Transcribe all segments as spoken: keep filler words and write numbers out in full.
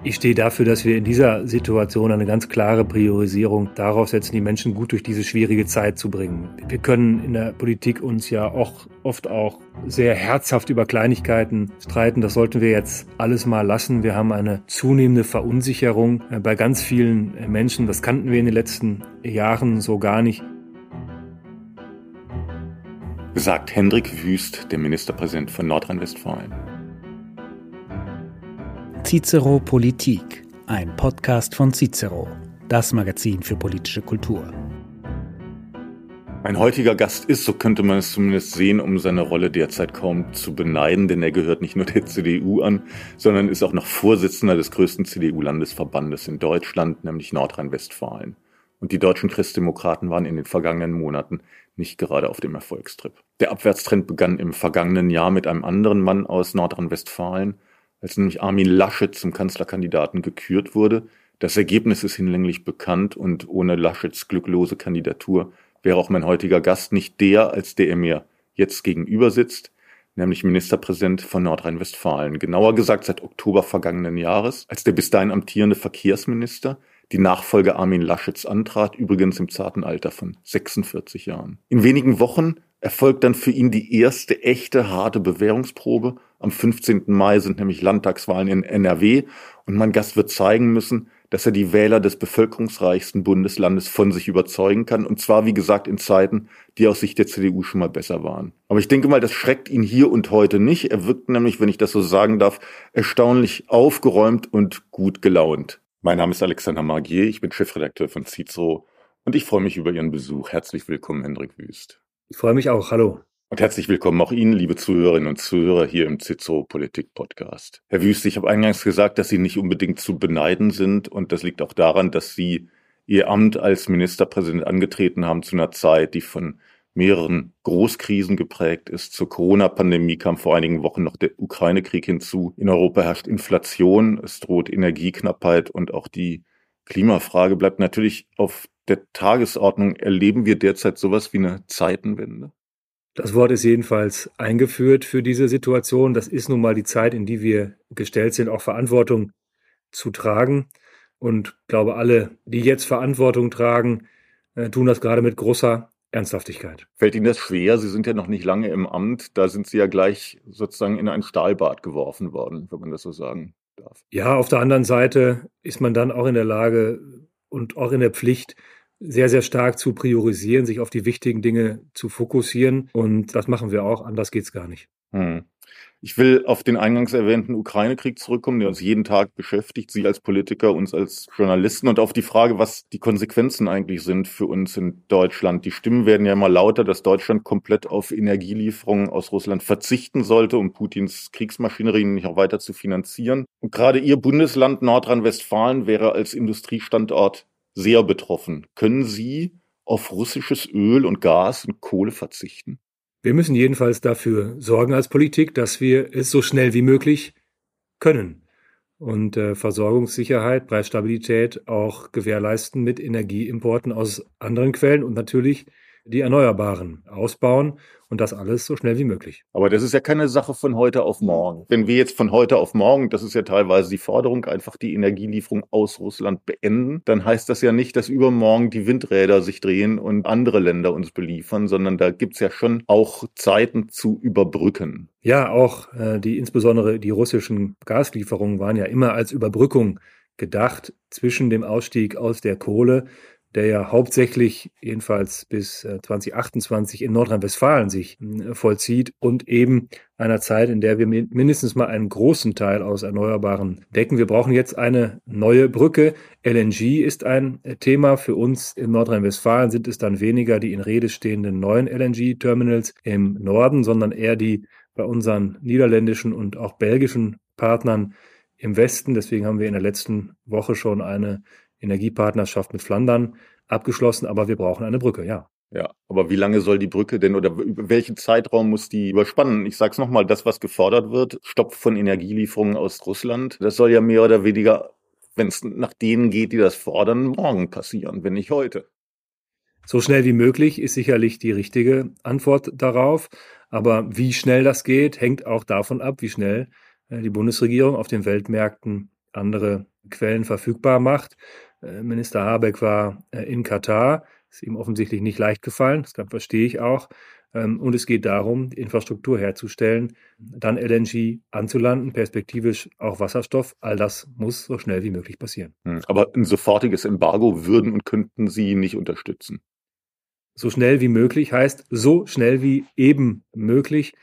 Ich stehe dafür, dass wir in dieser Situation eine ganz klare Priorisierung darauf setzen, die Menschen gut durch diese schwierige Zeit zu bringen. Wir können in der Politik uns ja auch oft auch sehr herzhaft über Kleinigkeiten streiten. Das sollten wir jetzt alles mal lassen. Wir haben eine zunehmende Verunsicherung bei ganz vielen Menschen. Das kannten wir in den letzten Jahren so gar nicht. Sagt Hendrik Wüst, der Ministerpräsident von Nordrhein-Westfalen. Cicero Politik, ein Podcast von Cicero, das Magazin für politische Kultur. Mein heutiger Gast ist, so könnte man es zumindest sehen, um seine Rolle derzeit kaum zu beneiden, denn er gehört nicht nur der C D U an, sondern ist auch noch Vorsitzender des größten C D U-Landesverbandes in Deutschland, nämlich Nordrhein-Westfalen. Und die deutschen Christdemokraten waren in den vergangenen Monaten nicht gerade auf dem Erfolgstrip. Der Abwärtstrend begann im vergangenen Jahr mit einem anderen Mann aus Nordrhein-Westfalen, als nämlich Armin Laschet zum Kanzlerkandidaten gekürt wurde. Das Ergebnis ist hinlänglich bekannt und ohne Laschets glücklose Kandidatur wäre auch mein heutiger Gast nicht der, als der er mir jetzt gegenüber sitzt, nämlich Ministerpräsident von Nordrhein-Westfalen. Genauer gesagt seit Oktober vergangenen Jahres, als der bis dahin amtierende Verkehrsminister die Nachfolge Armin Laschets antrat, übrigens im zarten Alter von sechsundvierzig Jahren. In wenigen Wochen erfolgt dann für ihn die erste echte, harte Bewährungsprobe. Am fünfzehnten Mai sind nämlich Landtagswahlen in N R W und mein Gast wird zeigen müssen, dass er die Wähler des bevölkerungsreichsten Bundeslandes von sich überzeugen kann. Und zwar, wie gesagt, in Zeiten, die aus Sicht der C D U schon mal besser waren. Aber ich denke mal, das schreckt ihn hier und heute nicht. Er wirkt nämlich, wenn ich das so sagen darf, erstaunlich aufgeräumt und gut gelaunt. Mein Name ist Alexander Margier, ich bin Chefredakteur von Cicero und ich freue mich über Ihren Besuch. Herzlich willkommen, Hendrik Wüst. Ich freue mich auch. Hallo. Und herzlich willkommen auch Ihnen, liebe Zuhörerinnen und Zuhörer, hier im Cicero Politik Podcast. Herr Wüst, ich habe eingangs gesagt, dass Sie nicht unbedingt zu beneiden sind und das liegt auch daran, dass Sie Ihr Amt als Ministerpräsident angetreten haben zu einer Zeit, die von mehreren Großkrisen geprägt ist. Zur Corona-Pandemie kam vor einigen Wochen noch der Ukraine-Krieg hinzu. In Europa herrscht Inflation, es droht Energieknappheit und auch die Klimafrage bleibt natürlich auf der Tagesordnung. Erleben wir derzeit sowas wie eine Zeitenwende? Das Wort ist jedenfalls eingeführt für diese Situation. Das ist nun mal die Zeit, in die wir gestellt sind, auch Verantwortung zu tragen. Und ich glaube, alle, die jetzt Verantwortung tragen, tun das gerade mit großer Ernsthaftigkeit. Fällt Ihnen das schwer? Sie sind ja noch nicht lange im Amt. Da sind Sie ja gleich sozusagen in ein Stahlbad geworfen worden, wenn man das so sagen darf. Ja, auf der anderen Seite ist man dann auch in der Lage und auch in der Pflicht, sehr, sehr stark zu priorisieren, sich auf die wichtigen Dinge zu fokussieren. Und das machen wir auch. Anders geht's gar nicht. Hm. Ich will auf den eingangs erwähnten Ukraine-Krieg zurückkommen, der uns jeden Tag beschäftigt, Sie als Politiker, uns als Journalisten und auf die Frage, was die Konsequenzen eigentlich sind für uns in Deutschland. Die Stimmen werden ja immer lauter, dass Deutschland komplett auf Energielieferungen aus Russland verzichten sollte, um Putins Kriegsmaschinerie nicht auch weiter zu finanzieren. Und gerade Ihr Bundesland Nordrhein-Westfalen wäre als Industriestandort sehr betroffen. Können Sie auf russisches Öl und Gas und Kohle verzichten? Wir müssen jedenfalls dafür sorgen als Politik, dass wir es so schnell wie möglich können und äh, Versorgungssicherheit, Preisstabilität auch gewährleisten mit Energieimporten aus anderen Quellen und natürlich die Erneuerbaren ausbauen und das alles so schnell wie möglich. Aber das ist ja keine Sache von heute auf morgen. Wenn wir jetzt von heute auf morgen, das ist ja teilweise die Forderung, einfach die Energielieferung aus Russland beenden, dann heißt das ja nicht, dass übermorgen die Windräder sich drehen und andere Länder uns beliefern, sondern da gibt's ja schon auch Zeiten zu überbrücken. Ja, auch äh, die insbesondere die russischen Gaslieferungen waren ja immer als Überbrückung gedacht zwischen dem Ausstieg aus der Kohle, der ja hauptsächlich jedenfalls bis zwanzig achtundzwanzig in Nordrhein-Westfalen sich vollzieht und eben einer Zeit, in der wir mindestens mal einen großen Teil aus Erneuerbaren decken. Wir brauchen jetzt eine neue Brücke. L N G ist ein Thema. Für uns in Nordrhein-Westfalen sind es dann weniger die in Rede stehenden neuen L N G-Terminals im Norden, sondern eher die bei unseren niederländischen und auch belgischen Partnern im Westen. Deswegen haben wir in der letzten Woche schon eine Energiepartnerschaft mit Flandern abgeschlossen, aber wir brauchen eine Brücke, ja. Ja, aber wie lange soll die Brücke denn oder über welchen Zeitraum muss die überspannen? Ich sage es nochmal, das, was gefordert wird, Stopp von Energielieferungen aus Russland, das soll ja mehr oder weniger, wenn es nach denen geht, die das fordern, morgen passieren, wenn nicht heute. So schnell wie möglich ist sicherlich die richtige Antwort darauf, aber wie schnell das geht, hängt auch davon ab, wie schnell die Bundesregierung auf den Weltmärkten andere Quellen verfügbar macht. Minister Habeck war in Katar, ist ihm offensichtlich nicht leicht gefallen, das verstehe ich auch. Und es geht darum, die Infrastruktur herzustellen, dann L N G anzulanden, perspektivisch auch Wasserstoff. All das muss so schnell wie möglich passieren. Aber ein sofortiges Embargo würden und könnten Sie nicht unterstützen? So schnell wie möglich heißt so schnell wie eben möglich,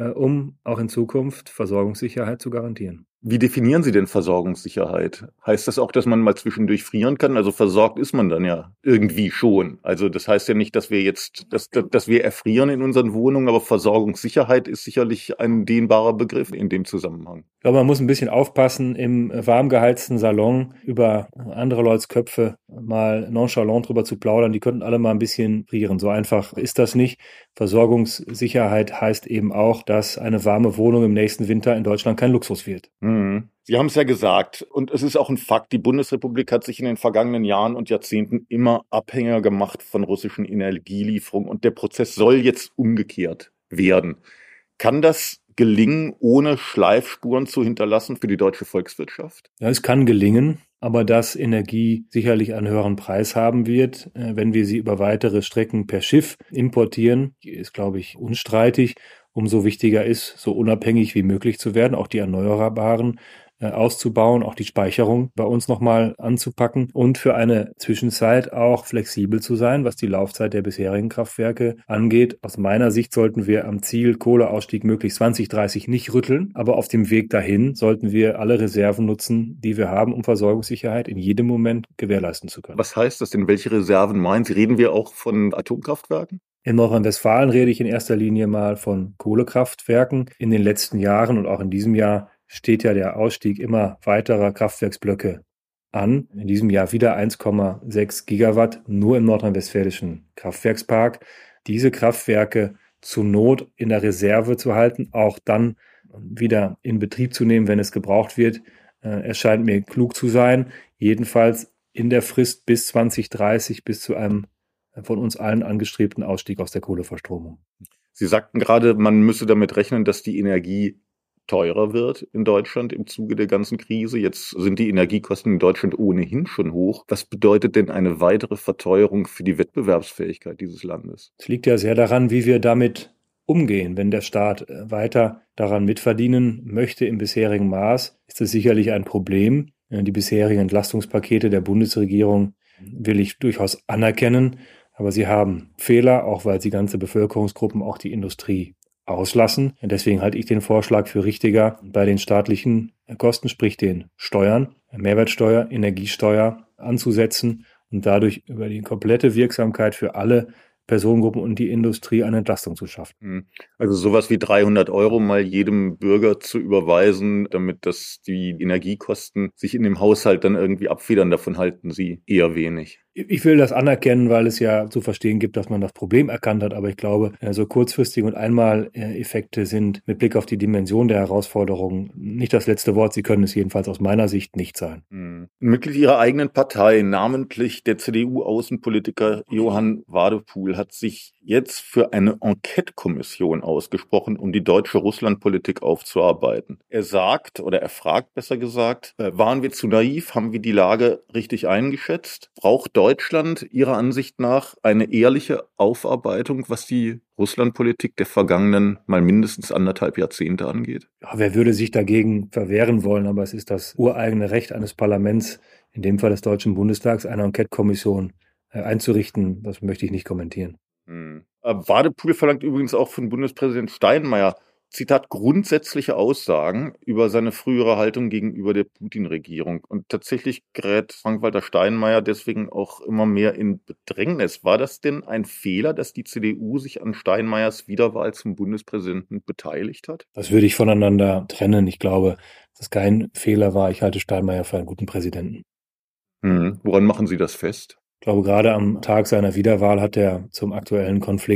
um auch in Zukunft Versorgungssicherheit zu garantieren. Wie definieren Sie denn Versorgungssicherheit? Heißt das auch, dass man mal zwischendurch frieren kann? Also versorgt ist man dann ja irgendwie schon. Also das heißt ja nicht, dass wir jetzt, dass, dass wir erfrieren in unseren Wohnungen, aber Versorgungssicherheit ist sicherlich ein dehnbarer Begriff in dem Zusammenhang. Ich glaube, man muss ein bisschen aufpassen, im warm geheizten Salon über andere Leute's Köpfe mal nonchalant drüber zu plaudern. Die könnten alle mal ein bisschen frieren. So einfach ist das nicht. Versorgungssicherheit heißt eben auch, dass eine warme Wohnung im nächsten Winter in Deutschland kein Luxus wird. Sie haben es ja gesagt, und es ist auch ein Fakt, die Bundesrepublik hat sich in den vergangenen Jahren und Jahrzehnten immer abhängiger gemacht von russischen Energielieferungen und der Prozess soll jetzt umgekehrt werden. Kann das gelingen, ohne Schleifspuren zu hinterlassen für die deutsche Volkswirtschaft? Ja, es kann gelingen, aber dass Energie sicherlich einen höheren Preis haben wird, wenn wir sie über weitere Strecken per Schiff importieren, ist, glaube ich, unstreitig. Umso wichtiger ist, so unabhängig wie möglich zu werden, auch die Erneuerbaren äh, auszubauen, auch die Speicherung bei uns nochmal anzupacken und für eine Zwischenzeit auch flexibel zu sein, was die Laufzeit der bisherigen Kraftwerke angeht. Aus meiner Sicht sollten wir am Ziel Kohleausstieg möglichst zwanzig dreißig nicht rütteln, aber auf dem Weg dahin sollten wir alle Reserven nutzen, die wir haben, um Versorgungssicherheit in jedem Moment gewährleisten zu können. Was heißt das denn? Welche Reserven meinen Sie? Reden wir auch von Atomkraftwerken? In Nordrhein-Westfalen rede ich in erster Linie mal von Kohlekraftwerken. In den letzten Jahren und auch in diesem Jahr steht ja der Ausstieg immer weiterer Kraftwerksblöcke an. In diesem Jahr wieder eins Komma sechs Gigawatt nur im nordrhein-westfälischen Kraftwerkspark. Diese Kraftwerke zur Not in der Reserve zu halten, auch dann wieder in Betrieb zu nehmen, wenn es gebraucht wird, äh, erscheint mir klug zu sein. Jedenfalls in der Frist bis zwanzig dreißig, bis zu einem von uns allen angestrebten Ausstieg aus der Kohleverstromung. Sie sagten gerade, man müsse damit rechnen, dass die Energie teurer wird in Deutschland im Zuge der ganzen Krise. Jetzt sind die Energiekosten in Deutschland ohnehin schon hoch. Was bedeutet denn eine weitere Verteuerung für die Wettbewerbsfähigkeit dieses Landes? Es liegt ja sehr daran, wie wir damit umgehen. Wenn der Staat weiter daran mitverdienen möchte im bisherigen Maß, ist es sicherlich ein Problem. Die bisherigen Entlastungspakete der Bundesregierung will ich durchaus anerkennen. Aber sie haben Fehler, auch weil sie ganze Bevölkerungsgruppen, auch die Industrie, auslassen. Und deswegen halte ich den Vorschlag für richtiger, bei den staatlichen Kosten, sprich den Steuern, Mehrwertsteuer, Energiesteuer anzusetzen und dadurch über die komplette Wirksamkeit für alle Personengruppen und die Industrie eine Entlastung zu schaffen. Also sowas wie dreihundert Euro mal jedem Bürger zu überweisen, damit das die Energiekosten sich in dem Haushalt dann irgendwie abfedern, davon halten Sie eher wenig. Ich will das anerkennen, weil es ja zu verstehen gibt, dass man das Problem erkannt hat. Aber ich glaube, so kurzfristige und Einmaleffekte sind mit Blick auf die Dimension der Herausforderungen nicht das letzte Wort. Sie können es jedenfalls aus meiner Sicht nicht sein. Hm. Ein Mitglied Ihrer eigenen Partei, namentlich der C D U-Außenpolitiker Johann Wadephul, hat sich jetzt für eine Enquete-Kommission ausgesprochen, um die deutsche Russlandpolitik aufzuarbeiten. Er sagt, oder er fragt besser gesagt, äh, waren wir zu naiv? Haben wir die Lage richtig eingeschätzt? Braucht Deutschland Ihrer Ansicht nach eine ehrliche Aufarbeitung, was die Russlandpolitik der vergangenen mal mindestens anderthalb Jahrzehnte angeht? Ja, wer würde sich dagegen verwehren wollen? Aber es ist das ureigene Recht eines Parlaments, in dem Fall des Deutschen Bundestags, eine Enquete-Kommission äh, einzurichten. Das möchte ich nicht kommentieren. Hm. Wadephul verlangt übrigens auch von Bundespräsident Steinmeier, Zitat, grundsätzliche Aussagen über seine frühere Haltung gegenüber der Putin-Regierung. Und tatsächlich gerät Frank-Walter Steinmeier deswegen auch immer mehr in Bedrängnis. War das denn ein Fehler, dass die C D U sich an Steinmeiers Wiederwahl zum Bundespräsidenten beteiligt hat? Das würde ich voneinander trennen. Ich glaube, dass es kein Fehler war. Ich halte Steinmeier für einen guten Präsidenten. Hm. Woran machen Sie das fest? Ich glaube, gerade am Tag seiner Wiederwahl hat er zum aktuellen Konflikt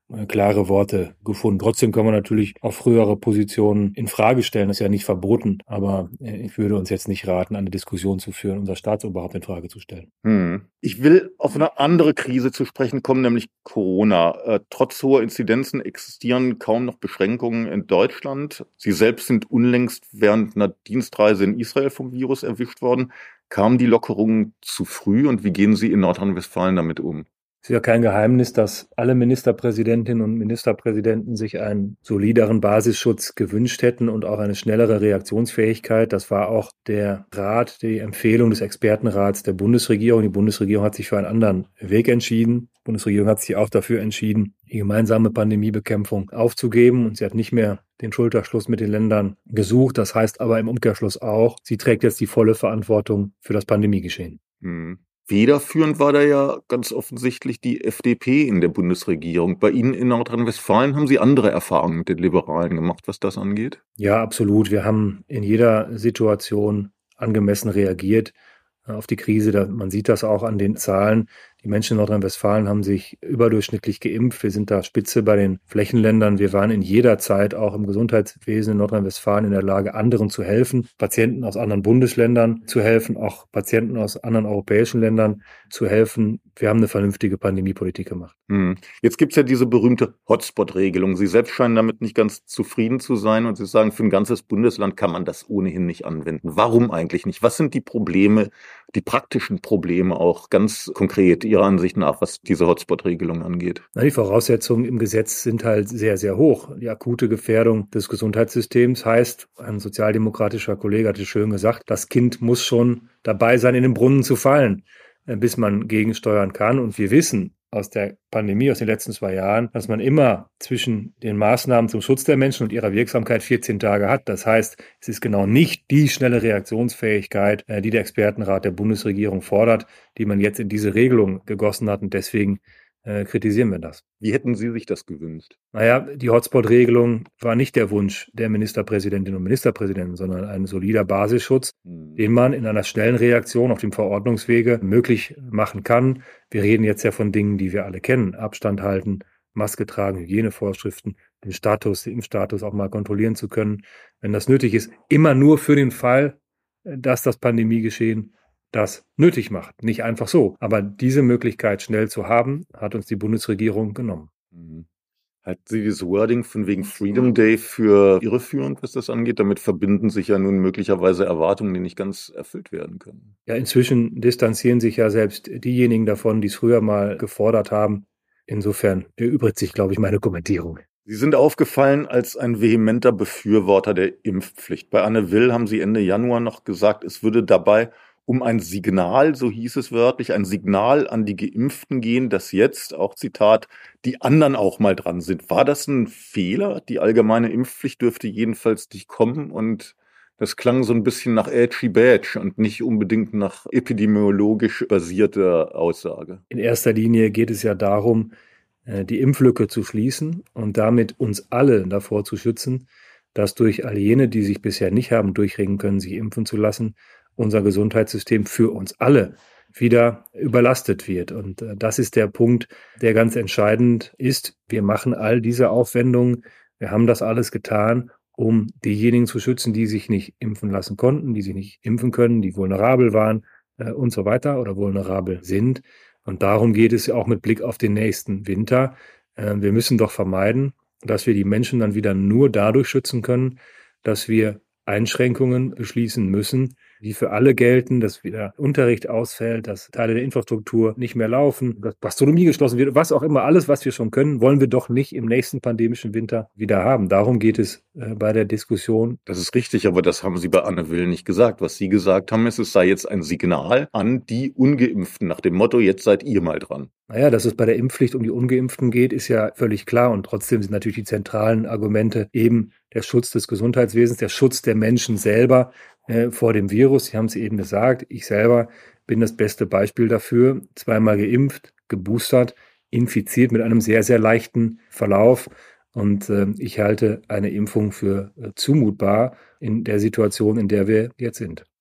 klare Worte gefunden. Trotzdem kann man natürlich auch frühere Positionen in Frage stellen. Das ist ja nicht verboten. Aber ich würde uns jetzt nicht raten, eine Diskussion zu führen, unser Staatsoberhaupt in Frage zu stellen. Hm. Ich will auf eine andere Krise zu sprechen kommen, nämlich Corona. Äh, trotz hoher Inzidenzen existieren kaum noch Beschränkungen in Deutschland. Sie selbst sind unlängst während einer Dienstreise in Israel vom Virus erwischt worden. Kamen die Lockerungen zu früh und wie gehen Sie in Nordrhein-Westfalen damit um? Es ist ja kein Geheimnis, dass alle Ministerpräsidentinnen und Ministerpräsidenten sich einen solideren Basisschutz gewünscht hätten und auch eine schnellere Reaktionsfähigkeit. Das war auch der Rat, die Empfehlung des Expertenrats der Bundesregierung. Die Bundesregierung hat sich für einen anderen Weg entschieden. Die Bundesregierung hat sich auch dafür entschieden, die gemeinsame Pandemiebekämpfung aufzugeben. Und sie hat nicht mehr den Schulterschluss mit den Ländern gesucht. Das heißt aber im Umkehrschluss auch, sie trägt jetzt die volle Verantwortung für das Pandemiegeschehen. Hm. Federführend war da ja ganz offensichtlich die F D P in der Bundesregierung. Bei Ihnen in Nordrhein-Westfalen haben Sie andere Erfahrungen mit den Liberalen gemacht, was das angeht? Ja, absolut. Wir haben in jeder Situation angemessen reagiert auf die Krise. Man sieht das auch an den Zahlen. Die Menschen in Nordrhein-Westfalen haben sich überdurchschnittlich geimpft. Wir sind da Spitze bei den Flächenländern. Wir waren in jeder Zeit auch im Gesundheitswesen in Nordrhein-Westfalen in der Lage, anderen zu helfen, Patienten aus anderen Bundesländern zu helfen, auch Patienten aus anderen europäischen Ländern zu helfen. Wir haben eine vernünftige Pandemiepolitik gemacht. Hm. Jetzt gibt's ja diese berühmte Hotspot-Regelung. Sie selbst scheinen damit nicht ganz zufrieden zu sein und Sie sagen, für ein ganzes Bundesland kann man das ohnehin nicht anwenden. Warum eigentlich nicht? Was sind die Probleme, die praktischen Probleme auch ganz konkret Ihrer Ansicht nach, was diese Hotspot-Regelung angeht? Na, die Voraussetzungen im Gesetz sind halt sehr, sehr hoch. Die akute Gefährdung des Gesundheitssystems heißt, ein sozialdemokratischer Kollege hatte schön gesagt, das Kind muss schon dabei sein, in den Brunnen zu fallen, bis man gegensteuern kann. Und wir wissen aus der Pandemie, aus den letzten zwei Jahren, dass man immer zwischen den Maßnahmen zum Schutz der Menschen und ihrer Wirksamkeit vierzehn Tage hat. Das heißt, es ist genau nicht die schnelle Reaktionsfähigkeit, die der Expertenrat der Bundesregierung fordert, die man jetzt in diese Regelung gegossen hat. Und deswegen äh, kritisieren wir das. Wie hätten Sie sich das gewünscht? Naja, die Hotspot-Regelung war nicht der Wunsch der Ministerpräsidentinnen und Ministerpräsidenten, sondern ein solider Basisschutz, hm. den man in einer schnellen Reaktion auf dem Verordnungswege möglich machen kann. Wir reden jetzt ja von Dingen, die wir alle kennen. Abstand halten, Maske tragen, Hygienevorschriften, den Status, den Impfstatus auch mal kontrollieren zu können, wenn das nötig ist. Immer nur für den Fall, dass das Pandemiegeschehen das nötig macht. Nicht einfach so. Aber diese Möglichkeit schnell zu haben, hat uns die Bundesregierung genommen. Mhm. Hat sie das Wording von wegen Freedom Day für irreführend, was das angeht? Damit verbinden sich ja nun möglicherweise Erwartungen, die nicht ganz erfüllt werden können. Ja, inzwischen distanzieren sich ja selbst diejenigen davon, die es früher mal gefordert haben. Insofern erübrigt sich, glaube ich, meine Kommentierung. Sie sind aufgefallen als ein vehementer Befürworter der Impfpflicht. Bei Anne Will haben Sie Ende Januar noch gesagt, es würde dabei um ein Signal, so hieß es wörtlich, ein Signal an die Geimpften gehen, dass jetzt, auch Zitat, die anderen auch mal dran sind. War das ein Fehler? Die allgemeine Impfpflicht dürfte jedenfalls nicht kommen und das klang so ein bisschen nach Edgy Badge und nicht unbedingt nach epidemiologisch basierter Aussage. In erster Linie geht es ja darum, die Impflücke zu schließen und damit uns alle davor zu schützen, dass durch all jene, die sich bisher nicht haben durchringen können, sich impfen zu lassen, unser Gesundheitssystem für uns alle wieder überlastet wird. Und das ist der Punkt, der ganz entscheidend ist. Wir machen all diese Aufwendungen. Wir haben das alles getan, um diejenigen zu schützen, die sich nicht impfen lassen konnten, die sich nicht impfen können, die vulnerabel waren äh, und so weiter oder vulnerabel sind. Und darum geht es auch mit Blick auf den nächsten Winter. Äh, wir müssen doch vermeiden, dass wir die Menschen dann wieder nur dadurch schützen können, dass wir Einschränkungen beschließen müssen, die für alle gelten, dass wieder Unterricht ausfällt, dass Teile der Infrastruktur nicht mehr laufen, dass Gastronomie geschlossen wird, was auch immer, alles, was wir schon können, wollen wir doch nicht im nächsten pandemischen Winter wieder haben. Darum geht es äh, bei der Diskussion. Das ist richtig, aber das haben Sie bei Anne Will nicht gesagt. Was Sie gesagt haben, ist, es sei jetzt ein Signal an die Ungeimpften nach dem Motto, jetzt seid ihr mal dran. Naja, dass es bei der Impfpflicht um die Ungeimpften geht, ist ja völlig klar. Und trotzdem sind natürlich die zentralen Argumente eben der Schutz des Gesundheitswesens, der Schutz der Menschen selber äh, vor dem Virus. Sie haben es eben gesagt, ich selber bin das beste Beispiel dafür. Zweimal geimpft, geboostert, infiziert mit einem sehr, sehr leichten Verlauf. Und äh, ich halte eine Impfung für äh, zumutbar in der Situation, in der wir jetzt sind.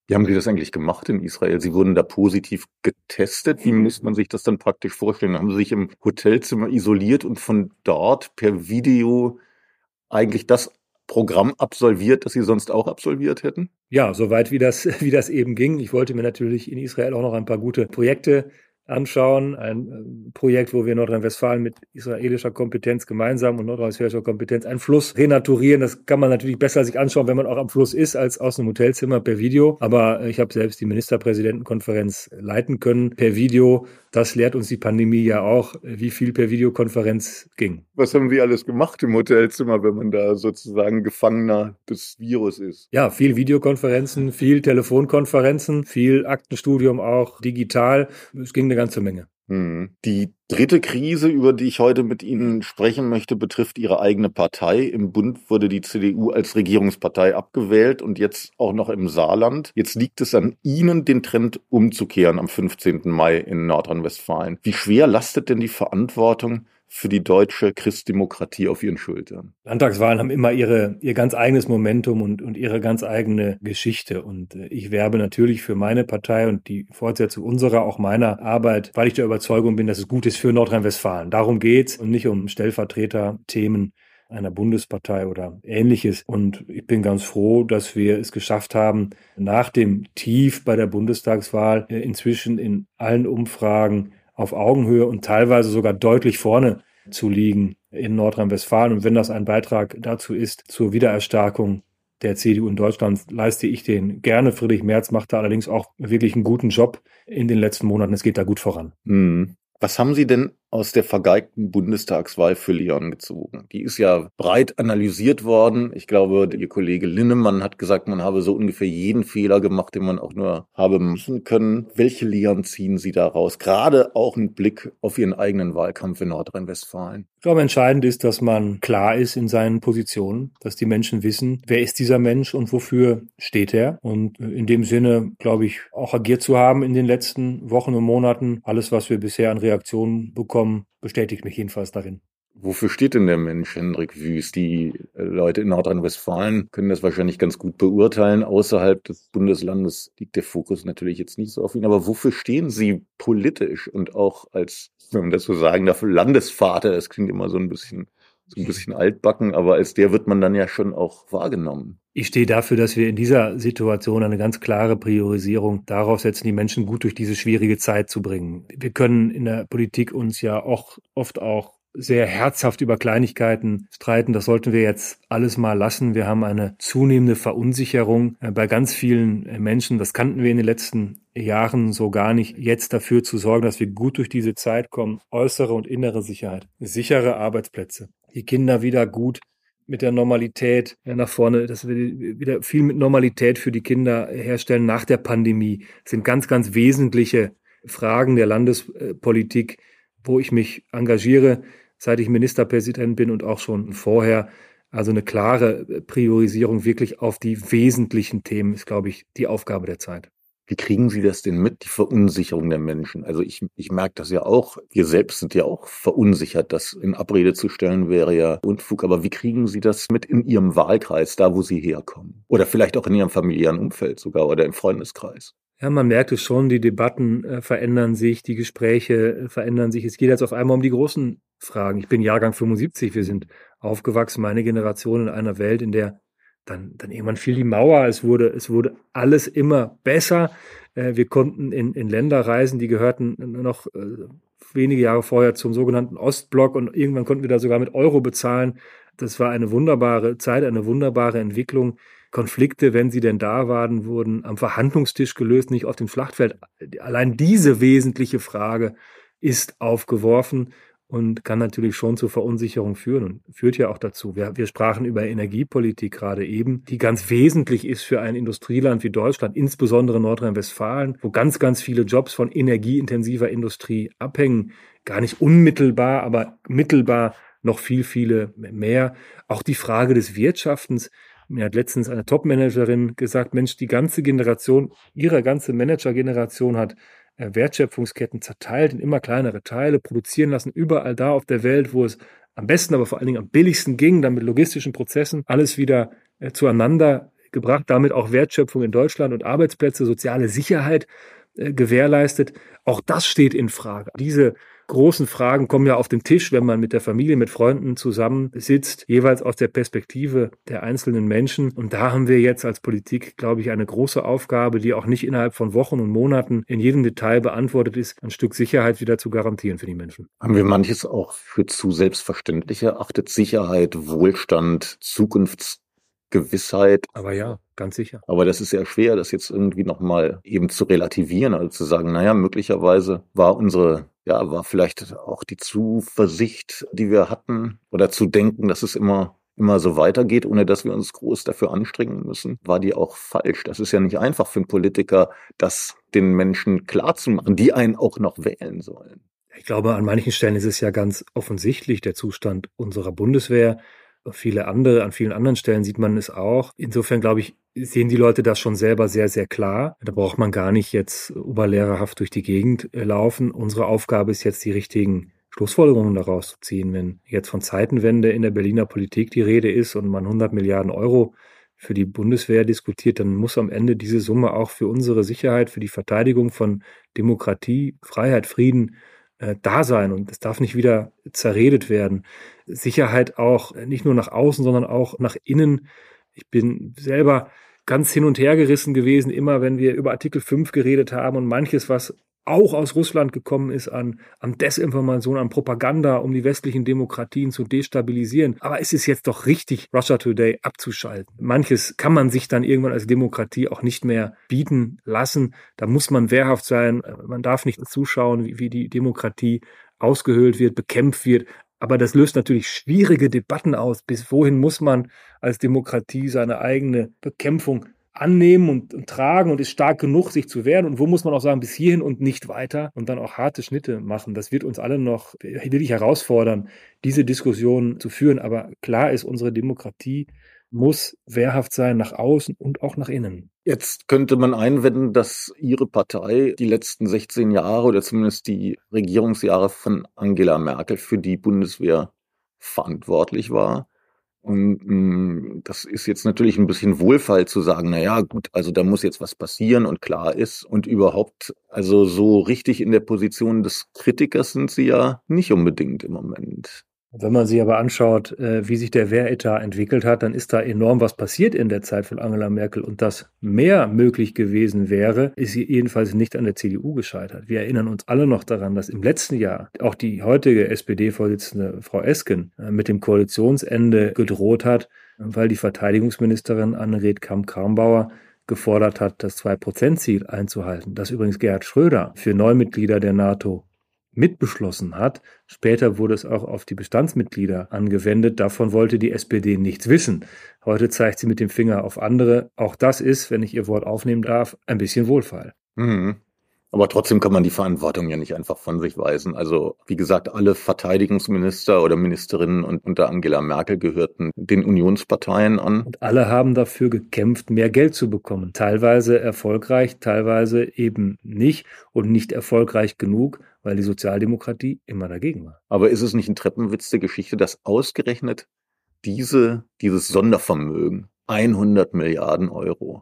Wie haben Sie das eigentlich gemacht in Israel? Sie wurden da positiv getestet. Wie muss man sich das dann praktisch vorstellen? Haben Sie sich im Hotelzimmer isoliert und von dort per Video eigentlich das Programm absolviert, das Sie sonst auch absolviert hätten? Ja, soweit wie das, wie das eben ging. Ich wollte mir natürlich in Israel auch noch ein paar gute Projekte anschauen. Ein Projekt, wo wir Nordrhein-Westfalen mit israelischer Kompetenz gemeinsam und nordrhein-westfälischer Kompetenz einen Fluss renaturieren. Das kann man natürlich besser sich anschauen, wenn man auch am Fluss ist, als aus einem Hotelzimmer per Video. Aber ich habe selbst die Ministerpräsidentenkonferenz leiten können per Video. Das lehrt uns die Pandemie ja auch, wie viel per Videokonferenz ging. Was haben Sie alles gemacht im Hotelzimmer, wenn man da sozusagen Gefangener des Virus ist? Ja, viel Videokonferenzen, viel Telefonkonferenzen, viel Aktenstudium auch digital. Es ging eine ganze Menge. Die dritte Krise, über die ich heute mit Ihnen sprechen möchte, betrifft Ihre eigene Partei. Im Bund wurde die C D U als Regierungspartei abgewählt und jetzt auch noch im Saarland. Jetzt liegt es an Ihnen, den Trend umzukehren am fünfzehnten Mai in Nordrhein-Westfalen. Wie schwer lastet denn die Verantwortung für die deutsche Christdemokratie auf Ihren Schultern? Landtagswahlen haben immer ihre, ihr ganz eigenes Momentum und, und ihre ganz eigene Geschichte. Und ich werbe natürlich für meine Partei und die Fortsetzung unserer, auch meiner Arbeit, weil ich der Überzeugung bin, dass es gut ist für Nordrhein-Westfalen. Darum geht's und nicht um Stellvertreterthemen einer Bundespartei oder Ähnliches. Und ich bin ganz froh, dass wir es geschafft haben, nach dem Tief bei der Bundestagswahl inzwischen in allen Umfragen auf Augenhöhe und teilweise sogar deutlich vorne zu liegen in Nordrhein-Westfalen. Und wenn das ein Beitrag dazu ist, zur Wiedererstarkung der C D U in Deutschland, leiste ich den gerne. Friedrich Merz macht da allerdings auch wirklich einen guten Job in den letzten Monaten. Es geht da gut voran. Mhm. Was haben Sie denn aus der vergeigten Bundestagswahl für Leon gezogen? Die ist ja breit analysiert worden. Ich glaube, Ihr Kollege Linnemann hat gesagt, man habe so ungefähr jeden Fehler gemacht, den man auch nur habe machen können. Welche Lehren ziehen Sie daraus? Gerade auch mit Blick auf Ihren eigenen Wahlkampf in Nordrhein-Westfalen. Ich glaube, entscheidend ist, dass man klar ist in seinen Positionen, dass die Menschen wissen, wer ist dieser Mensch und wofür steht er. Und in dem Sinne, glaube ich, auch agiert zu haben in den letzten Wochen und Monaten. Alles, was wir bisher an Reaktionen bekommen, bestätigt mich jedenfalls darin. Wofür steht denn der Mensch, Hendrik Wüst? Die Leute in Nordrhein-Westfalen können das wahrscheinlich ganz gut beurteilen. Außerhalb des Bundeslandes liegt der Fokus natürlich jetzt nicht so auf ihn. Aber wofür stehen Sie politisch und auch als, wenn man das so sagen darf, Landesvater? Das klingt immer so ein bisschen, so ein bisschen altbacken, aber als der wird man dann ja schon auch wahrgenommen. Ich stehe dafür, dass wir in dieser Situation eine ganz klare Priorisierung darauf setzen, die Menschen gut durch diese schwierige Zeit zu bringen. Wir können in der Politik uns ja auch oft auch sehr herzhaft über Kleinigkeiten streiten. Das sollten wir jetzt alles mal lassen. Wir haben eine zunehmende Verunsicherung bei ganz vielen Menschen. Das kannten wir in den letzten Jahren so gar nicht. Jetzt dafür zu sorgen, dass wir gut durch diese Zeit kommen. Äußere und innere Sicherheit, sichere Arbeitsplätze, die Kinder wieder gut mit der Normalität nach vorne, dass wir wieder viel mit Normalität für die Kinder herstellen nach der Pandemie. Das sind ganz, ganz wesentliche Fragen der Landespolitik, wo ich mich engagiere, seit ich Ministerpräsident bin und auch schon vorher. Also eine klare Priorisierung wirklich auf die wesentlichen Themen ist, glaube ich, die Aufgabe der Zeit. Wie kriegen Sie das denn mit, die Verunsicherung der Menschen? Also ich, ich merke das ja auch. Wir selbst sind ja auch verunsichert. Das in Abrede zu stellen wäre ja Unfug. Aber wie kriegen Sie das mit in Ihrem Wahlkreis, da wo Sie herkommen? Oder vielleicht auch in Ihrem familiären Umfeld sogar oder im Freundeskreis? Ja, man merkt es schon, die Debatten äh, verändern sich, die Gespräche äh, verändern sich. Es geht jetzt auf einmal um die großen Fragen. Ich bin Jahrgang fünfundsiebzig. Wir sind aufgewachsen, meine Generation, in einer Welt, in der Dann, dann irgendwann fiel die Mauer, es wurde, es wurde alles immer besser. Äh, wir konnten in, in Länder reisen, die gehörten noch äh, wenige Jahre vorher zum sogenannten Ostblock und irgendwann konnten wir da sogar mit Euro bezahlen. Das war eine wunderbare Zeit, eine wunderbare Entwicklung. Konflikte, wenn sie denn da waren, wurden am Verhandlungstisch gelöst, nicht auf dem Schlachtfeld. Allein diese wesentliche Frage ist aufgeworfen und kann natürlich schon zur Verunsicherung führen und führt ja auch dazu. Wir, wir sprachen über Energiepolitik gerade eben, die ganz wesentlich ist für ein Industrieland wie Deutschland, insbesondere Nordrhein-Westfalen, wo ganz, ganz viele Jobs von energieintensiver Industrie abhängen. Gar nicht unmittelbar, aber mittelbar noch viel, viele mehr. Auch die Frage des Wirtschaftens. Mir hat letztens eine Top-Managerin gesagt, Mensch, die ganze Generation, ihre ganze Manager-Generation hat Wertschöpfungsketten zerteilt in immer kleinere Teile, produzieren lassen, überall da auf der Welt, wo es am besten, aber vor allen Dingen am billigsten ging, dann mit logistischen Prozessen alles wieder äh, zueinander gebracht, damit auch Wertschöpfung in Deutschland und Arbeitsplätze, soziale Sicherheit äh, gewährleistet. Auch das steht in Frage. Diese großen Fragen kommen ja auf den Tisch, wenn man mit der Familie, mit Freunden zusammensitzt, jeweils aus der Perspektive der einzelnen Menschen. Und da haben wir jetzt als Politik, glaube ich, eine große Aufgabe, die auch nicht innerhalb von Wochen und Monaten in jedem Detail beantwortet ist, ein Stück Sicherheit wieder zu garantieren für die Menschen. Haben wir manches auch für zu selbstverständlich erachtet? Sicherheit, Wohlstand, Zukunftsgewissheit. Aber ja, ganz sicher. Aber das ist sehr schwer, das jetzt irgendwie nochmal eben zu relativieren, also zu sagen, naja, möglicherweise war unsere, ja, war vielleicht auch die Zuversicht, die wir hatten, oder zu denken, dass es immer immer so weitergeht, ohne dass wir uns groß dafür anstrengen müssen, war die auch falsch. Das ist ja nicht einfach für einen Politiker, das den Menschen klarzumachen, die einen auch noch wählen sollen. Ich glaube, an manchen Stellen ist es ja ganz offensichtlich der Zustand unserer Bundeswehr. Viele andere, an vielen anderen Stellen sieht man es auch. Insofern, glaube ich, sehen die Leute das schon selber sehr, sehr klar. Da braucht man gar nicht jetzt oberlehrerhaft durch die Gegend laufen. Unsere Aufgabe ist jetzt, die richtigen Schlussfolgerungen daraus zu ziehen. Wenn jetzt von Zeitenwende in der Berliner Politik die Rede ist und man hundert Milliarden Euro für die Bundeswehr diskutiert, dann muss am Ende diese Summe auch für unsere Sicherheit, für die Verteidigung von Demokratie, Freiheit, Frieden äh, da sein. Und es darf nicht wieder zerredet werden. Sicherheit auch nicht nur nach außen, sondern auch nach innen. Ich bin selber ganz hin und her gerissen gewesen, immer wenn wir über Artikel fünf geredet haben und manches, was auch aus Russland gekommen ist an, an Desinformation, an Propaganda, um die westlichen Demokratien zu destabilisieren. Aber es ist jetzt doch richtig, Russia Today abzuschalten. Manches kann man sich dann irgendwann als Demokratie auch nicht mehr bieten lassen. Da muss man wehrhaft sein. Man darf nicht zuschauen, wie, wie die Demokratie ausgehöhlt wird, bekämpft wird. Aber das löst natürlich schwierige Debatten aus. Bis wohin muss man als Demokratie seine eigene Bekämpfung annehmen und, und tragen und ist stark genug, sich zu wehren? Und wo muss man auch sagen, bis hierhin und nicht weiter und dann auch harte Schnitte machen? Das wird uns alle noch wirklich herausfordern, diese Diskussion zu führen. Aber klar ist, unsere Demokratie muss wehrhaft sein nach außen und auch nach innen. Jetzt könnte man einwenden, dass Ihre Partei die letzten sechzehn Jahre oder zumindest die Regierungsjahre von Angela Merkel für die Bundeswehr verantwortlich war. Und mh, das ist jetzt natürlich ein bisschen Wohlfall zu sagen, na ja, gut, also da muss jetzt was passieren und klar ist. Und überhaupt, also so richtig in der Position des Kritikers sind Sie ja nicht unbedingt im Moment. Wenn man sich aber anschaut, wie sich der Wehretat entwickelt hat, dann ist da enorm was passiert in der Zeit von Angela Merkel. Und dass mehr möglich gewesen wäre, ist sie jedenfalls nicht an der C D U gescheitert. Wir erinnern uns alle noch daran, dass im letzten Jahr auch die heutige S P D-Vorsitzende Frau Esken mit dem Koalitionsende gedroht hat, weil die Verteidigungsministerin Annegret Kramp-Karrenbauer gefordert hat, das zwei Prozent Ziel einzuhalten. Das übrigens Gerhard Schröder für Neumitglieder der NATO mitbeschlossen hat. Später wurde es auch auf die Bestandsmitglieder angewendet. Davon wollte die S P D nichts wissen. Heute zeigt sie mit dem Finger auf andere. Auch das ist, wenn ich ihr Wort aufnehmen darf, ein bisschen Wohlfeil. Mhm. Aber trotzdem kann man die Verantwortung ja nicht einfach von sich weisen. Also wie gesagt, alle Verteidigungsminister oder Ministerinnen und unter Angela Merkel gehörten den Unionsparteien an. Und alle haben dafür gekämpft, mehr Geld zu bekommen. Teilweise erfolgreich, teilweise eben nicht und nicht erfolgreich genug, weil die Sozialdemokratie immer dagegen war. Aber ist es nicht ein Treppenwitz der Geschichte, dass ausgerechnet diese, dieses Sondervermögen, hundert Milliarden Euro,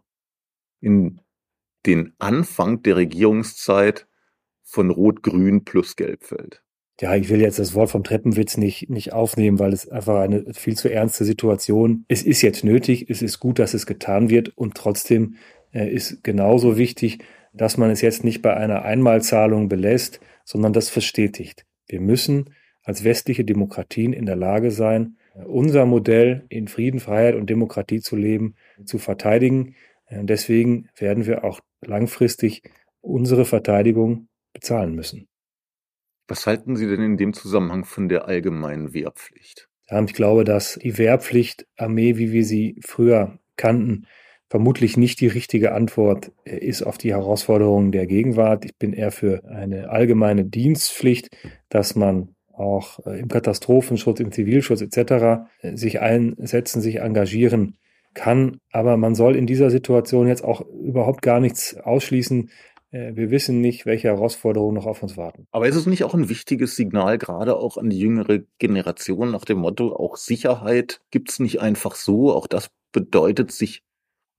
in den Anfang der Regierungszeit von Rot-Grün plus Gelb fällt? Ja, ich will jetzt das Wort vom Treppenwitz nicht, nicht aufnehmen, weil es einfach eine viel zu ernste Situation ist. Es ist jetzt nötig, es ist gut, dass es getan wird und trotzdem äh, ist genauso wichtig, dass man es jetzt nicht bei einer Einmalzahlung belässt, sondern das verstetigt. Wir müssen als westliche Demokratien in der Lage sein, unser Modell in Frieden, Freiheit und Demokratie zu leben, zu verteidigen. Deswegen werden wir auch langfristig unsere Verteidigung bezahlen müssen. Was halten Sie denn in dem Zusammenhang von der allgemeinen Wehrpflicht? Ich glaube, dass die Wehrpflicht, Armee, wie wir sie früher kannten, vermutlich nicht die richtige Antwort ist auf die Herausforderungen der Gegenwart. Ich bin eher für eine allgemeine Dienstpflicht, dass man auch im Katastrophenschutz, im Zivilschutz et cetera sich einsetzen, sich engagieren kann. Aber man soll in dieser Situation jetzt auch überhaupt gar nichts ausschließen. Wir wissen nicht, welche Herausforderungen noch auf uns warten. Aber ist es nicht auch ein wichtiges Signal, gerade auch an die jüngere Generation, nach dem Motto, auch Sicherheit gibt es nicht einfach so, auch das bedeutet, sich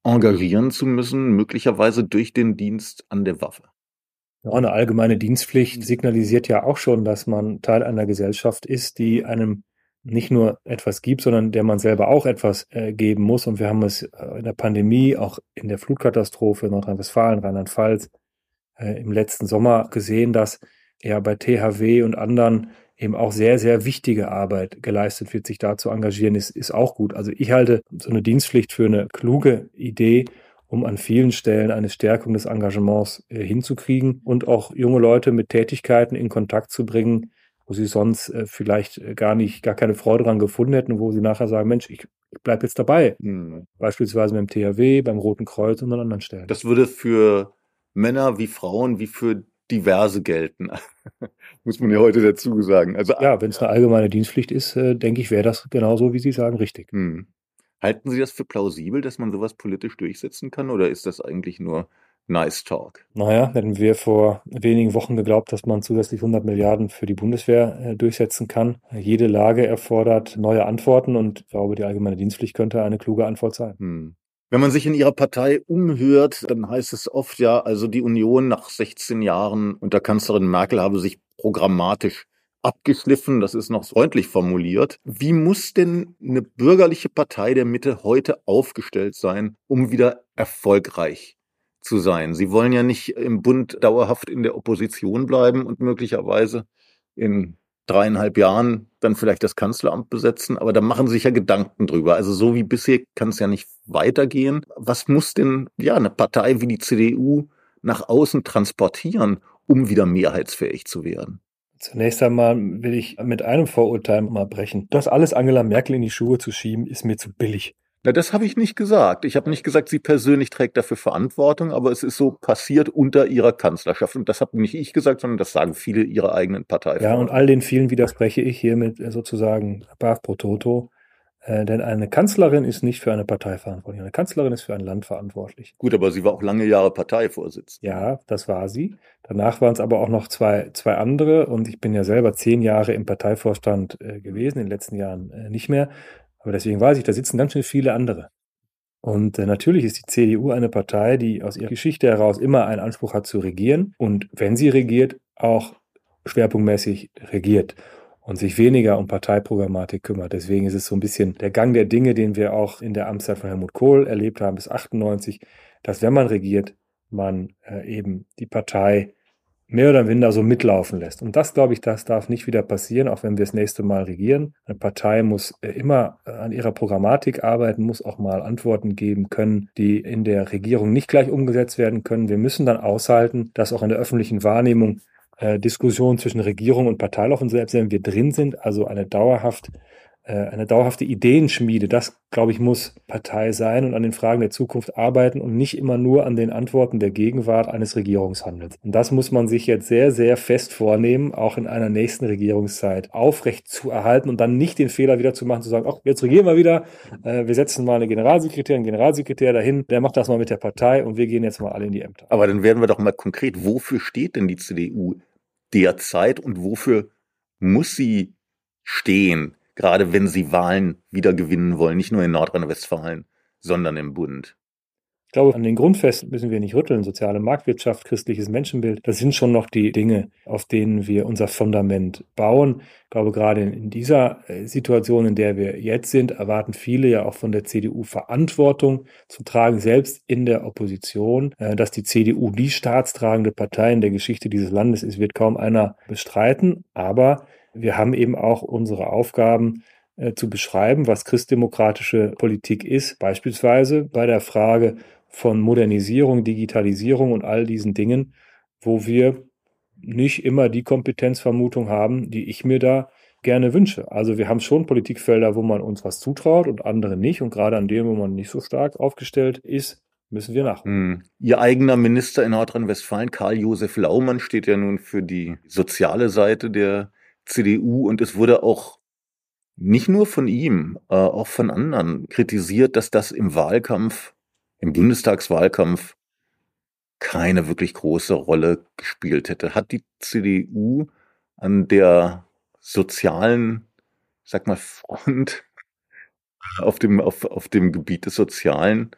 engagieren zu müssen, möglicherweise durch den Dienst an der Waffe? Ja, eine allgemeine Dienstpflicht signalisiert ja auch schon, dass man Teil einer Gesellschaft ist, die einem nicht nur etwas gibt, sondern der man selber auch etwas äh, geben muss. Und wir haben es äh, in der Pandemie, auch in der Flutkatastrophe Nordrhein-Westfalen, Rheinland-Pfalz äh, im letzten Sommer gesehen, dass ja bei T H W und anderen eben auch sehr, sehr wichtige Arbeit geleistet wird. Sich da zu engagieren, ist, ist auch gut. Also ich halte so eine Dienstpflicht für eine kluge Idee, um an vielen Stellen eine Stärkung des Engagements äh, hinzukriegen und auch junge Leute mit Tätigkeiten in Kontakt zu bringen, wo sie sonst äh, vielleicht gar nicht, gar keine Freude dran gefunden hätten, wo sie nachher sagen, Mensch, ich, ich bleibe jetzt dabei. Hm. Beispielsweise beim T H W, beim Roten Kreuz und an anderen Stellen. Das würde für Männer wie Frauen wie für diverse gelten. Muss man ja heute dazu sagen. Also, ja, wenn es eine allgemeine Dienstpflicht ist, äh, denke ich, wäre das genauso, wie Sie sagen, richtig. Hm. Halten Sie das für plausibel, dass man sowas politisch durchsetzen kann, oder ist das eigentlich nur nice talk? Naja, hätten wir vor wenigen Wochen geglaubt, dass man zusätzlich hundert Milliarden für die Bundeswehr äh, durchsetzen kann. Jede Lage erfordert neue Antworten und ich glaube, die allgemeine Dienstpflicht könnte eine kluge Antwort sein. Hm. Wenn man sich in Ihrer Partei umhört, dann heißt es oft ja, also die Union nach sechzehn Jahren unter Kanzlerin Merkel habe sich programmatisch abgeschliffen, das ist noch freundlich formuliert. Wie muss denn eine bürgerliche Partei der Mitte heute aufgestellt sein, um wieder erfolgreich zu sein? Sie wollen ja nicht im Bund dauerhaft in der Opposition bleiben und möglicherweise in dreieinhalb Jahren dann vielleicht das Kanzleramt besetzen, aber da machen sie sich ja Gedanken drüber. Also so wie bisher kann es ja nicht weitergehen. Was muss denn ja eine Partei wie die C D U nach außen transportieren, um wieder mehrheitsfähig zu werden? Zunächst einmal will ich mit einem Vorurteil mal brechen. Das alles Angela Merkel in die Schuhe zu schieben, ist mir zu billig. Na, das habe ich nicht gesagt. Ich habe nicht gesagt, sie persönlich trägt dafür Verantwortung, aber es ist so passiert unter ihrer Kanzlerschaft. Und das habe nicht ich gesagt, sondern das sagen viele ihrer eigenen Partei. Ja, und all den vielen widerspreche ich hiermit sozusagen Pav pro toto. Äh, denn eine Kanzlerin ist nicht für eine Partei verantwortlich. Eine Kanzlerin ist für ein Land verantwortlich. Gut, aber sie war auch lange Jahre Parteivorsitzende. Ja, das war sie. Danach waren es aber auch noch zwei, zwei andere. Und ich bin ja selber zehn Jahre im Parteivorstand äh, gewesen, in den letzten Jahren äh, nicht mehr. Aber deswegen weiß ich, da sitzen ganz schön viele andere. Und äh, natürlich ist die C D U eine Partei, die aus ihrer Geschichte heraus immer einen Anspruch hat zu regieren. Und wenn sie regiert, auch schwerpunktmäßig regiert und sich weniger um Parteiprogrammatik kümmert. Deswegen ist es so ein bisschen der Gang der Dinge, den wir auch in der Amtszeit von Helmut Kohl erlebt haben bis achtundneunzig, dass wenn man regiert, man äh, eben die Partei mehr oder minder so mitlaufen lässt. Und das, glaube ich, das darf nicht wieder passieren, auch wenn wir das nächste Mal regieren. Eine Partei muss äh, immer äh, an ihrer Programmatik arbeiten, muss auch mal Antworten geben können, die in der Regierung nicht gleich umgesetzt werden können. Wir müssen dann aushalten, dass auch in der öffentlichen Wahrnehmung Äh, Diskussionen zwischen Regierung und Partei laufen, selbst wenn wir drin sind, also eine dauerhaft, äh, eine dauerhafte Ideenschmiede, das, glaube ich, muss Partei sein und an den Fragen der Zukunft arbeiten und nicht immer nur an den Antworten der Gegenwart eines Regierungshandels. Und das muss man sich jetzt sehr, sehr fest vornehmen, auch in einer nächsten Regierungszeit aufrecht zu erhalten und dann nicht den Fehler wieder zu machen, zu sagen, ach, jetzt regieren wir wieder, äh, wir setzen mal eine Generalsekretärin, einen Generalsekretär dahin, der macht das mal mit der Partei und wir gehen jetzt mal alle in die Ämter. Aber dann werden wir doch mal konkret, wofür steht denn die C D U derzeit und wofür muss sie stehen, gerade wenn sie Wahlen wieder gewinnen wollen, nicht nur in Nordrhein-Westfalen, sondern im Bund? Ich glaube, an den Grundfesten müssen wir nicht rütteln. Soziale Marktwirtschaft, christliches Menschenbild, das sind schon noch die Dinge, auf denen wir unser Fundament bauen. Ich glaube, gerade in dieser Situation, in der wir jetzt sind, erwarten viele ja auch von der C D U Verantwortung zu tragen, selbst in der Opposition. Dass die C D U die staatstragende Partei in der Geschichte dieses Landes ist, wird kaum einer bestreiten. Aber wir haben eben auch unsere Aufgaben zu beschreiben, was christdemokratische Politik ist, beispielsweise bei der Frage von Modernisierung, Digitalisierung und all diesen Dingen, wo wir nicht immer die Kompetenzvermutung haben, die ich mir da gerne wünsche. Also wir haben schon Politikfelder, wo man uns was zutraut und andere nicht. Und gerade an denen, wo man nicht so stark aufgestellt ist, müssen wir nachholen. Hm. Ihr eigener Minister in Nordrhein-Westfalen, Karl-Josef Laumann, steht ja nun für die soziale Seite der C D U und es wurde auch nicht nur von ihm, äh, auch von anderen kritisiert, dass das im Wahlkampf, im Bundestagswahlkampf keine wirklich große Rolle gespielt hätte. Hat die C D U an der sozialen, sag mal, Front auf dem, auf, auf dem Gebiet des Sozialen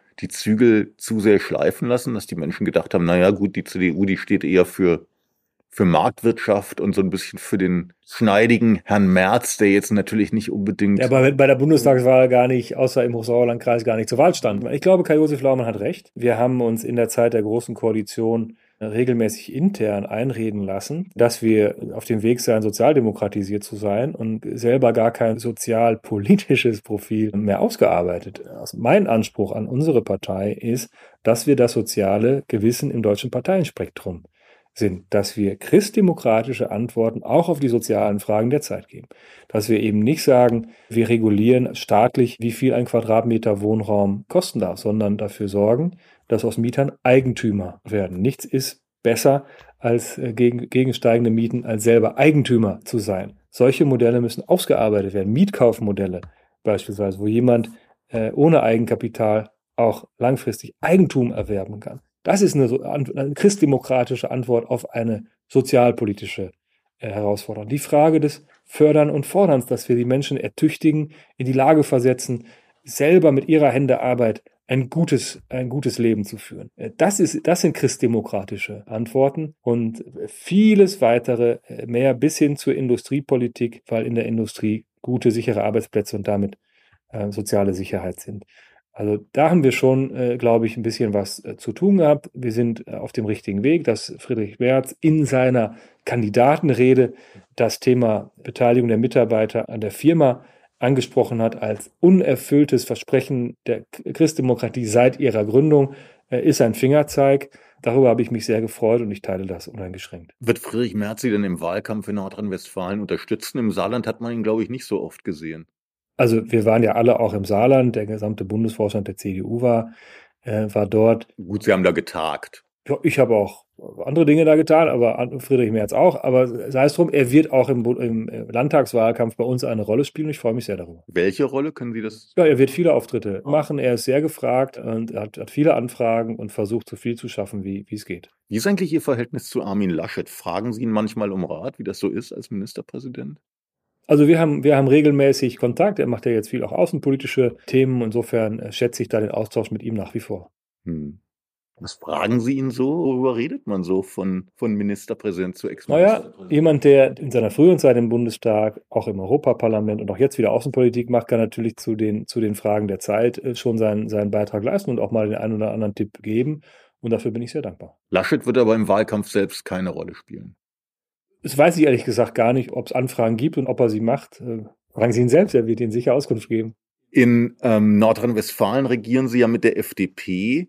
die Zügel zu sehr schleifen lassen, dass die Menschen gedacht haben, naja gut, die C D U, die steht eher für, für Marktwirtschaft und so ein bisschen für den schneidigen Herrn Merz, der jetzt natürlich nicht unbedingt... Der aber bei der Bundestagswahl gar nicht, außer im Hochsauerlandkreis, gar nicht zur Wahl stand. Ich glaube, Karl-Josef Laumann hat recht. Wir haben uns in der Zeit der Großen Koalition regelmäßig intern einreden lassen, dass wir auf dem Weg seien, sozialdemokratisiert zu sein und selber gar kein sozialpolitisches Profil mehr ausgearbeitet. Also mein Anspruch an unsere Partei ist, dass wir das soziale Gewissen im deutschen Parteienspektrum sind, dass wir christdemokratische Antworten auch auf die sozialen Fragen der Zeit geben. Dass wir eben nicht sagen, wir regulieren staatlich, wie viel ein Quadratmeter Wohnraum kosten darf, sondern dafür sorgen, dass aus Mietern Eigentümer werden. Nichts ist besser als gegen, gegen steigende Mieten, als selber Eigentümer zu sein. Solche Modelle müssen ausgearbeitet werden. Mietkaufmodelle beispielsweise, wo jemand äh, ohne Eigenkapital auch langfristig Eigentum erwerben kann. Das ist eine, eine christdemokratische Antwort auf eine sozialpolitische äh, Herausforderung. Die Frage des Fördern und Forderns, dass wir die Menschen ertüchtigen, in die Lage versetzen, selber mit ihrer Hände Arbeit ein gutes, ein gutes Leben zu führen. Das ist, das sind christdemokratische Antworten und vieles weitere mehr bis hin zur Industriepolitik, weil in der Industrie gute, sichere Arbeitsplätze und damit äh, soziale Sicherheit sind. Also da haben wir schon, äh, glaube ich, ein bisschen was äh, zu tun gehabt. Wir sind äh, auf dem richtigen Weg, dass Friedrich Merz in seiner Kandidatenrede das Thema Beteiligung der Mitarbeiter an der Firma angesprochen hat als unerfülltes Versprechen der Christdemokratie seit ihrer Gründung, äh, ist ein Fingerzeig. Darüber habe ich mich sehr gefreut und ich teile das uneingeschränkt. Wird Friedrich Merz Sie denn im Wahlkampf in Nordrhein-Westfalen unterstützen? Im Saarland hat man ihn, glaube ich, nicht so oft gesehen. Also wir waren ja alle auch im Saarland, der gesamte Bundesvorstand der C D U war, äh, war dort. Gut, Sie haben da getagt. Ja, ich habe auch andere Dinge da getan, aber Friedrich Merz auch. Aber sei es drum, er wird auch im, im Landtagswahlkampf bei uns eine Rolle spielen und ich freue mich sehr darüber. Welche Rolle können Sie das? Ja, er wird viele Auftritte machen. Er ist sehr gefragt und hat, hat viele Anfragen und versucht, so viel zu schaffen, wie, wie es geht. Wie ist eigentlich Ihr Verhältnis zu Armin Laschet? Fragen Sie ihn manchmal um Rat, wie das so ist als Ministerpräsident? Also wir haben, wir haben regelmäßig Kontakt. Er macht ja jetzt viel auch außenpolitische Themen. Insofern schätze ich da den Austausch mit ihm nach wie vor. Hm. Was fragen Sie ihn so? Worüber redet man so von, von Ministerpräsident zu Ex-Ministerpräsident? Naja, jemand, der in seiner frühen Zeit im Bundestag, auch im Europaparlament und auch jetzt wieder Außenpolitik macht, kann natürlich zu den, zu den Fragen der Zeit schon seinen, seinen Beitrag leisten und auch mal den einen oder anderen Tipp geben. Und dafür bin ich sehr dankbar. Laschet wird aber im Wahlkampf selbst keine Rolle spielen. Das weiß ich ehrlich gesagt gar nicht, ob es Anfragen gibt und ob er sie macht. Fragen Sie ihn selbst, er wird Ihnen sicher Auskunft geben. In ähm, Nordrhein-Westfalen regieren Sie ja mit der F D P.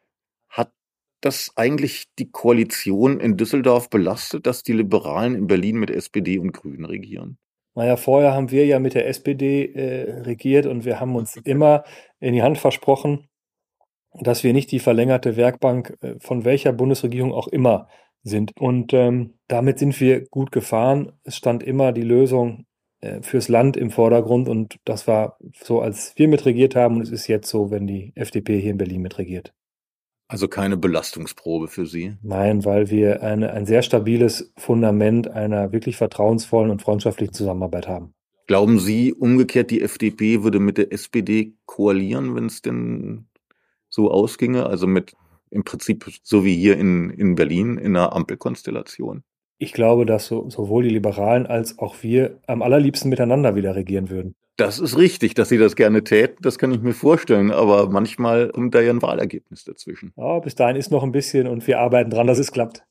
Hat das eigentlich die Koalition in Düsseldorf belastet, dass die Liberalen in Berlin mit S P D und Grünen regieren? Naja, vorher haben wir ja mit der S P D äh, regiert und wir haben uns immer in die Hand versprochen, dass wir nicht die verlängerte Werkbank äh, von welcher Bundesregierung auch immer sind. Und ähm, damit sind wir gut gefahren. Es stand immer die Lösung äh, fürs Land im Vordergrund und das war so, als wir mitregiert haben und es ist jetzt so, wenn die F D P hier in Berlin mitregiert. Also keine Belastungsprobe für Sie? Nein, weil wir eine, ein sehr stabiles Fundament einer wirklich vertrauensvollen und freundschaftlichen Zusammenarbeit haben. Glauben Sie umgekehrt, die F D P würde mit der S P D koalieren, wenn es denn so ausginge? Also mit im Prinzip so wie hier in, in Berlin in einer Ampelkonstellation? Ich glaube, dass so, sowohl die Liberalen als auch wir am allerliebsten miteinander wieder regieren würden. Das ist richtig, dass Sie das gerne täten, das kann ich mir vorstellen, aber manchmal kommt da ja ein Wahlergebnis dazwischen. Ja, bis dahin ist noch ein bisschen und wir arbeiten dran, dass es klappt.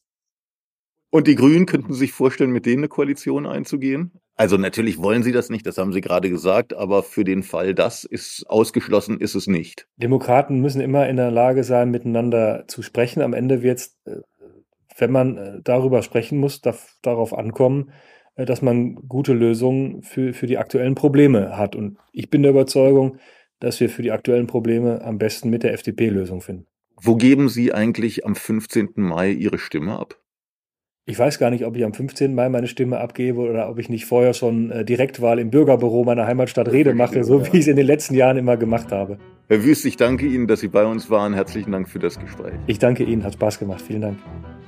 Und die Grünen könnten sich vorstellen, mit denen eine Koalition einzugehen? Also natürlich wollen sie das nicht, das haben Sie gerade gesagt, aber für den Fall, das ist ausgeschlossen, ist es nicht. Demokraten müssen immer in der Lage sein, miteinander zu sprechen. Am Ende wird es, wenn man darüber sprechen muss, darf darauf ankommen, dass man gute Lösungen für, für die aktuellen Probleme hat. Und ich bin der Überzeugung, dass wir für die aktuellen Probleme am besten mit der F D P Lösung finden. Wo geben Sie eigentlich am fünfzehnten Mai Ihre Stimme ab? Ich weiß gar nicht, ob ich am fünfzehnten Mai meine Stimme abgebe oder ob ich nicht vorher schon äh, Direktwahl im Bürgerbüro meiner Heimatstadt Rede mache, so wie ich es in den letzten Jahren immer gemacht habe. Herr Wüst, ich danke Ihnen, dass Sie bei uns waren. Herzlichen Dank für das Gespräch. Ich danke Ihnen, hat Spaß gemacht. Vielen Dank.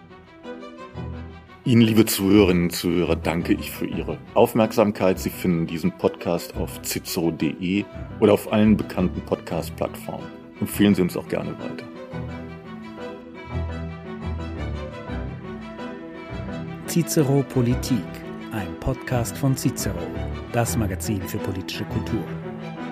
Ihnen, liebe Zuhörerinnen und Zuhörer, danke ich für Ihre Aufmerksamkeit. Sie finden diesen Podcast auf cicero punkt de oder auf allen bekannten Podcast-Plattformen. Empfehlen Sie uns auch gerne weiter. Cicero Politik, ein Podcast von Cicero, das Magazin für politische Kultur.